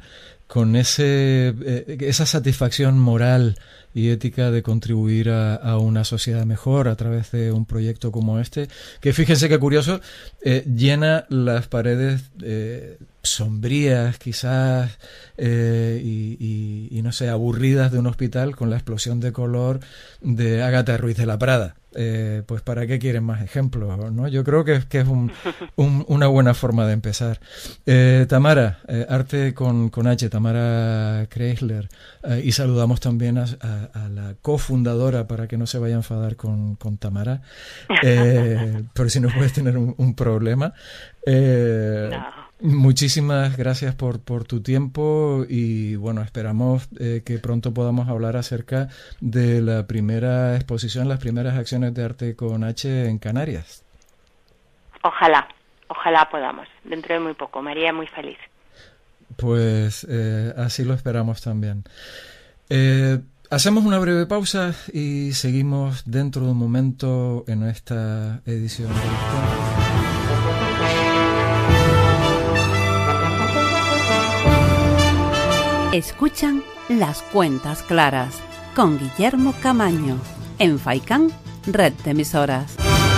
esa satisfacción moral y ética de contribuir a una sociedad mejor a través de un proyecto como este, que fíjense qué curioso, llena las paredes sombrías quizás y no sé, aburridas de un hospital con la explosión de color de Ágata Ruiz de la Prada. Pues ¿para qué quieren más ejemplos, ¿no? Yo creo que es una buena forma de empezar. Tamara, Arte con H, Tamara Kreisler, y saludamos también a la cofundadora, para que no se vaya a enfadar con Tamara, por si no puedes tener un problema. No. Muchísimas gracias por tu tiempo y bueno, esperamos que pronto podamos hablar acerca de la primera exposición, las primeras acciones de Arte con H en Canarias. Ojalá podamos, dentro de muy poco, me haría muy feliz. Pues así lo esperamos también. Hacemos una breve pausa y seguimos dentro de un momento en esta edición de Escuchan Las Cuentas Claras con Guillermo Camaño en Faikán, red de emisoras.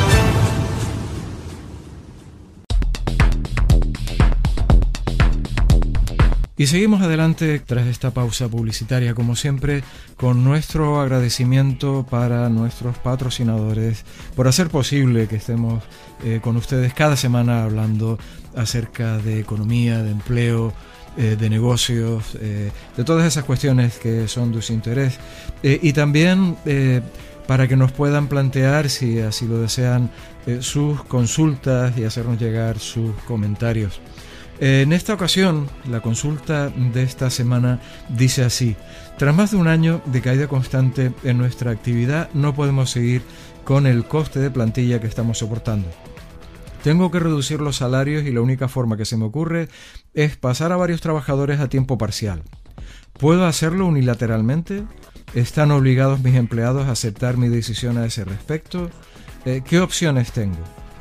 Y seguimos adelante tras esta pausa publicitaria, como siempre, con nuestro agradecimiento para nuestros patrocinadores por hacer posible que estemos con ustedes cada semana hablando acerca de economía, de empleo, de negocios, de todas esas cuestiones que son de su interés, y también para que nos puedan plantear, si así lo desean, sus consultas y hacernos llegar sus comentarios. En esta ocasión, la consulta de esta semana dice así: tras más de un año de caída constante en nuestra actividad, no podemos seguir con el coste de plantilla que estamos soportando. Tengo que reducir los salarios y la única forma que se me ocurre es pasar a varios trabajadores a tiempo parcial. ¿Puedo hacerlo unilateralmente? ¿Están obligados mis empleados a aceptar mi decisión a ese respecto? ¿Qué opciones tengo?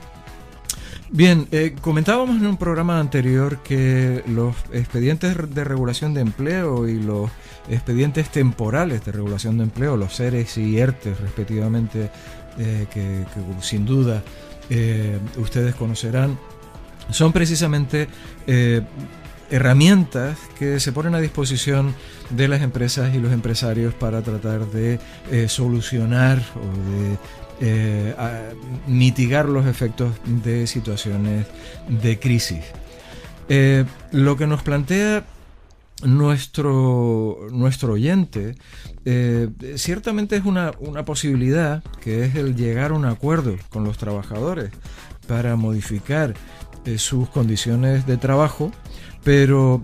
Bien, comentábamos en un programa anterior que los expedientes de regulación de empleo y los expedientes temporales de regulación de empleo, los ERES y ERTES respectivamente, que sin duda ustedes conocerán, son precisamente herramientas que se ponen a disposición de las empresas y los empresarios para tratar de solucionar o de mitigar los efectos de situaciones de crisis. Lo que nos plantea nuestro oyente ciertamente es una posibilidad, que es el llegar a un acuerdo con los trabajadores para modificar sus condiciones de trabajo, pero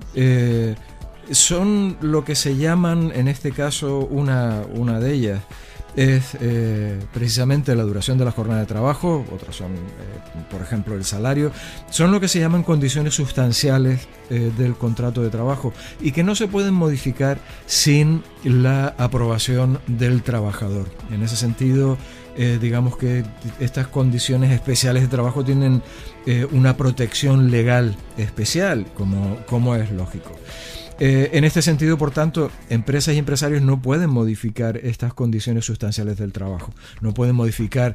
son lo que se llaman, en este caso, una de ellas es precisamente la duración de la jornada de trabajo, otras son, por ejemplo, el salario, son lo que se llaman condiciones sustanciales del contrato de trabajo y que no se pueden modificar sin la aprobación del trabajador. En ese sentido, digamos que estas condiciones especiales de trabajo tienen una protección legal especial, como es lógico. En este sentido, por tanto, empresas y empresarios no pueden modificar estas condiciones sustanciales del trabajo. No pueden modificar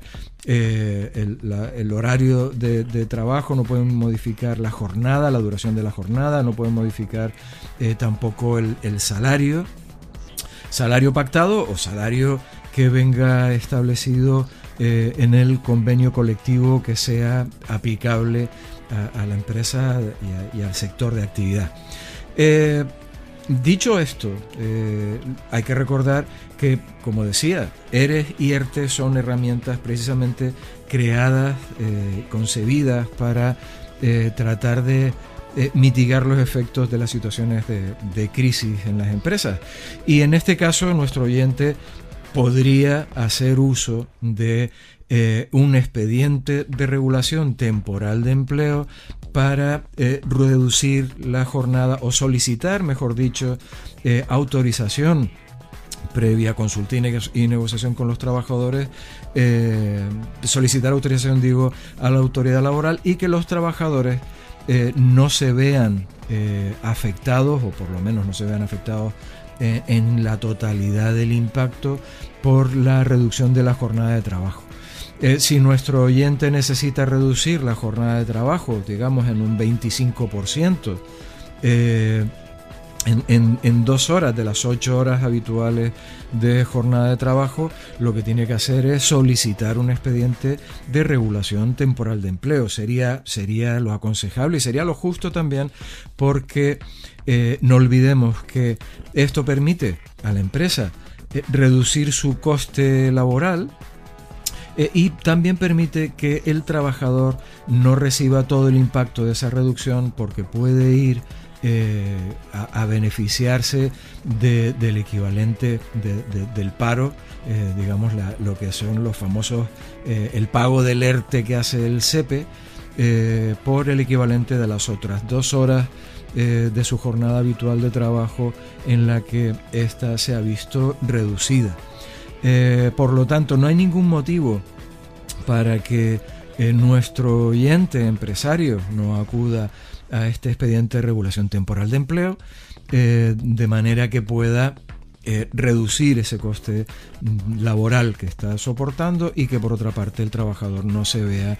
el horario de trabajo, no pueden modificar la jornada, la duración de la jornada, no pueden modificar tampoco el salario pactado o salario que venga establecido en el convenio colectivo que sea aplicable a la empresa y al sector de actividad. Dicho esto, hay que recordar que, como decía, ERES y ERTE son herramientas precisamente creadas, concebidas para tratar de mitigar los efectos de las situaciones de crisis en las empresas. Y en este caso, nuestro oyente podría hacer uso de un expediente de regulación temporal de empleo para reducir la jornada o solicitar, mejor dicho, autorización previa consulta y negociación con los trabajadores, solicitar autorización, a la autoridad laboral y que los trabajadores no se vean afectados, o por lo menos no se vean afectados en la totalidad del impacto por la reducción de la jornada de trabajo. Si nuestro oyente necesita reducir la jornada de trabajo, digamos en un 25%, en 2 horas de las 8 horas habituales de jornada de trabajo, lo que tiene que hacer es solicitar un expediente de regulación temporal de empleo. Sería lo aconsejable y sería lo justo también, porque no olvidemos que esto permite a la empresa reducir su coste laboral, y también permite que el trabajador no reciba todo el impacto de esa reducción, porque puede ir a beneficiarse del equivalente del paro, digamos lo que son los famosos, el pago del ERTE que hace el SEPE, por el equivalente de las otras 2 horas de su jornada habitual de trabajo en la que ésta se ha visto reducida. Por lo tanto, no hay ningún motivo para que nuestro oyente empresario no acuda a este expediente de regulación temporal de empleo, de manera que pueda reducir ese coste laboral que está soportando, y que por otra parte el trabajador no se vea,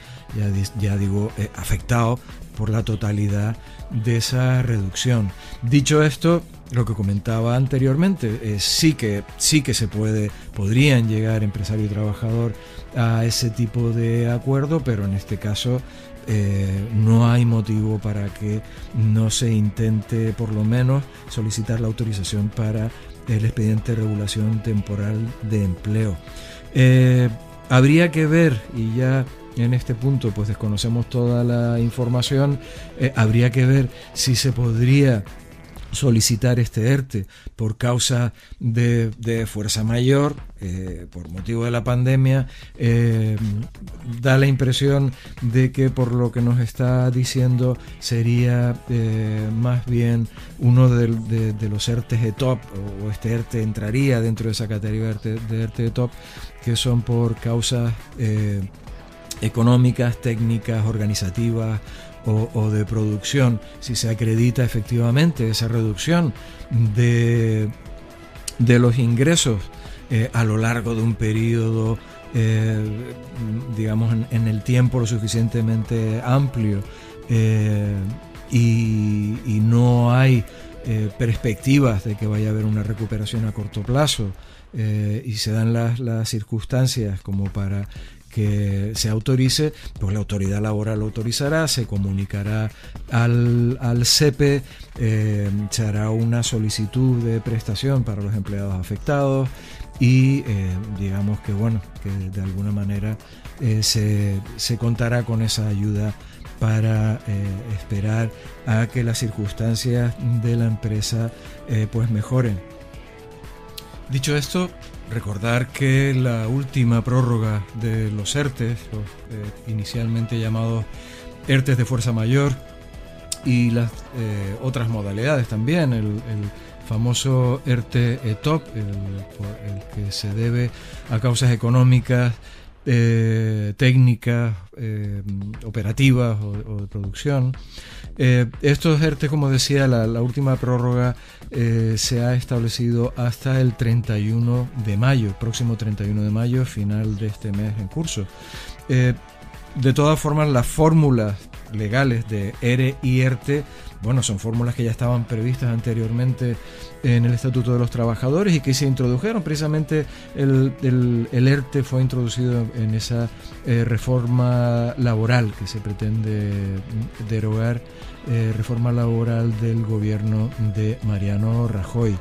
afectado por la totalidad de esa reducción. Dicho esto, lo que comentaba anteriormente, sí que podrían llegar empresario y trabajador a ese tipo de acuerdo, pero en este caso no hay motivo para que no se intente por lo menos solicitar la autorización para el expediente de regulación temporal de empleo. Habría que ver, y ya en este punto pues desconocemos toda la información, habría que ver si se podría solicitar este ERTE por causa de fuerza mayor, por motivo de la pandemia. Da la impresión de que, por lo que nos está diciendo, sería más bien uno de los ERTEs ETOP, o este ERTE entraría dentro de esa categoría de ERTE ETOP, que son por causas económicas, técnicas, organizativas o de producción. Si se acredita efectivamente esa reducción de los ingresos a lo largo de un periodo, digamos en el tiempo lo suficientemente amplio, y no hay perspectivas de que vaya a haber una recuperación a corto plazo, y se dan las circunstancias como para que se autorice, pues la autoridad laboral lo autorizará, se comunicará al SEPE, se hará una solicitud de prestación para los empleados afectados, y digamos que de alguna manera se contará con esa ayuda para esperar a que las circunstancias de la empresa pues mejoren. Dicho esto, recordar que la última prórroga de los ERTES, los inicialmente llamados ERTES de fuerza mayor, y las otras modalidades también, el famoso ERTE ETOP, el que se debe a causas económicas, técnicas, operativas o de producción. Estos ERTE, como decía, la última prórroga se ha establecido hasta el 31 de mayo, próximo 31 de mayo, final de este mes en curso. De todas formas, las fórmulas legales de ERE y ERTE, son fórmulas que ya estaban previstas anteriormente en el Estatuto de los Trabajadores y que se introdujeron. Precisamente el ERTE fue introducido en esa reforma laboral que se pretende derogar, reforma laboral del gobierno de Mariano Rajoy.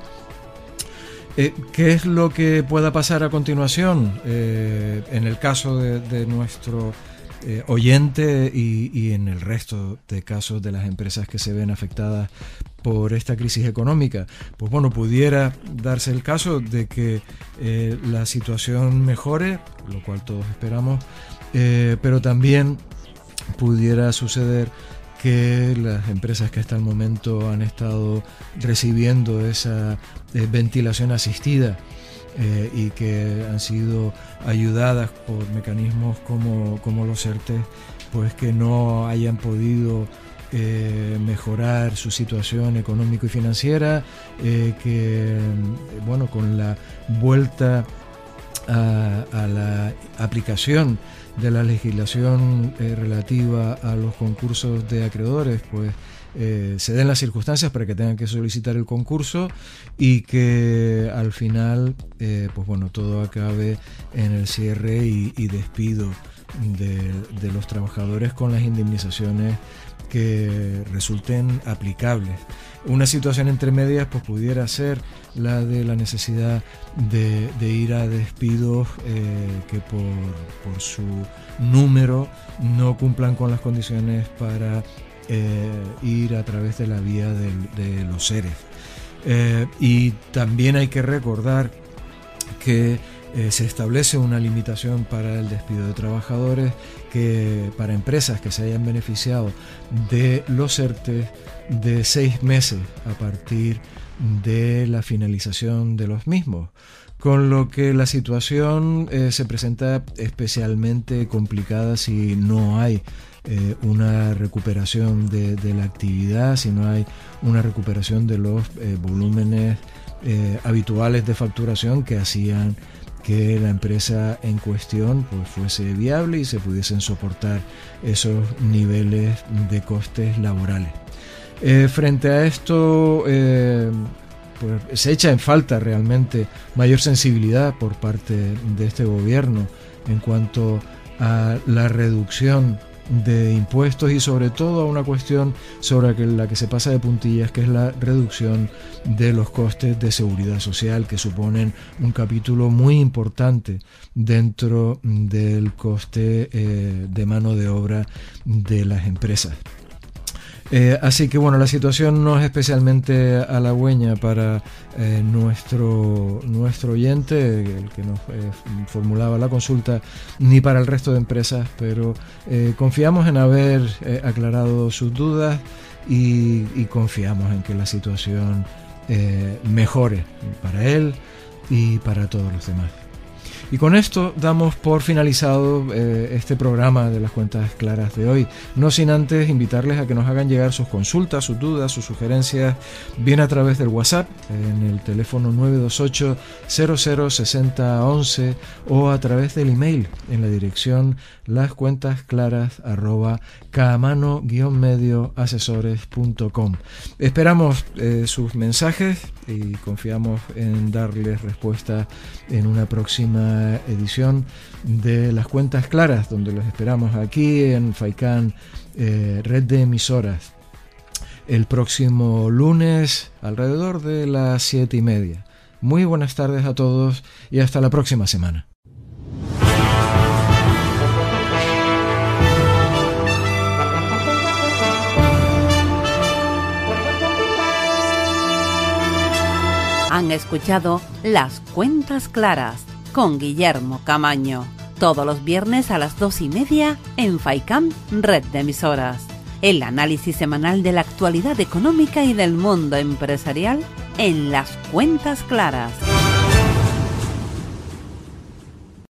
¿Qué es lo que pueda pasar a continuación en el caso de nuestro oyente y en el resto de casos de las empresas que se ven afectadas por esta crisis económica? Pues pudiera darse el caso de que la situación mejore, lo cual todos esperamos, pero también pudiera suceder que las empresas que hasta el momento han estado recibiendo esa ventilación asistida y que han sido ayudadas por mecanismos como los ERTE, pues que no hayan podido mejorar su situación económico y financiera, que con la vuelta a la aplicación de la legislación relativa a los concursos de acreedores, pues se den las circunstancias para que tengan que solicitar el concurso y que al final pues bueno, todo acabe en el cierre y despido de los trabajadores con las indemnizaciones que resulten aplicables. Una situación entre medias pues pudiera ser la de la necesidad de ir a despidos que por su número no cumplan con las condiciones para ir a través de la vía de los seres. Y también hay que recordar que se establece una limitación para el despido de trabajadores que para empresas que se hayan beneficiado de los ERTE de 6 meses a partir de la finalización de los mismos, con lo que la situación se presenta especialmente complicada si no hay una recuperación de la actividad, si no hay una recuperación de los volúmenes habituales de facturación que hacían que la empresa en cuestión pues fuese viable y se pudiesen soportar esos niveles de costes laborales. Frente a esto, pues se echa en falta realmente mayor sensibilidad por parte de este gobierno en cuanto a la reducción de impuestos y sobre todo a una cuestión sobre la que se pasa de puntillas, que es la reducción de los costes de seguridad social, que suponen un capítulo muy importante dentro del coste de mano de obra de las empresas. Así que bueno, la situación no es especialmente halagüeña para nuestro oyente, el que nos formulaba la consulta, ni para el resto de empresas, pero confiamos en haber aclarado sus dudas y confiamos en que la situación mejore para él y para todos los demás. Y con esto damos por finalizado este programa de las cuentas claras de hoy, no sin antes invitarles a que nos hagan llegar sus consultas, sus dudas, sus sugerencias, bien a través del WhatsApp, en el teléfono 928 006011 o a través del email en la dirección lascuentasclaras@camano-medioasesores.com. Esperamos sus mensajes y confiamos en darles respuesta en una próxima edición de Las Cuentas Claras, donde los esperamos aquí en Faikán, red de emisoras, el próximo lunes alrededor de las 7:30. Muy buenas tardes a todos y hasta la próxima semana. Han escuchado Las Cuentas Claras con Guillermo Camaño, todos los viernes a las 2:30 en Faikán, red de emisoras. El análisis semanal de la actualidad económica y del mundo empresarial en Las Cuentas Claras.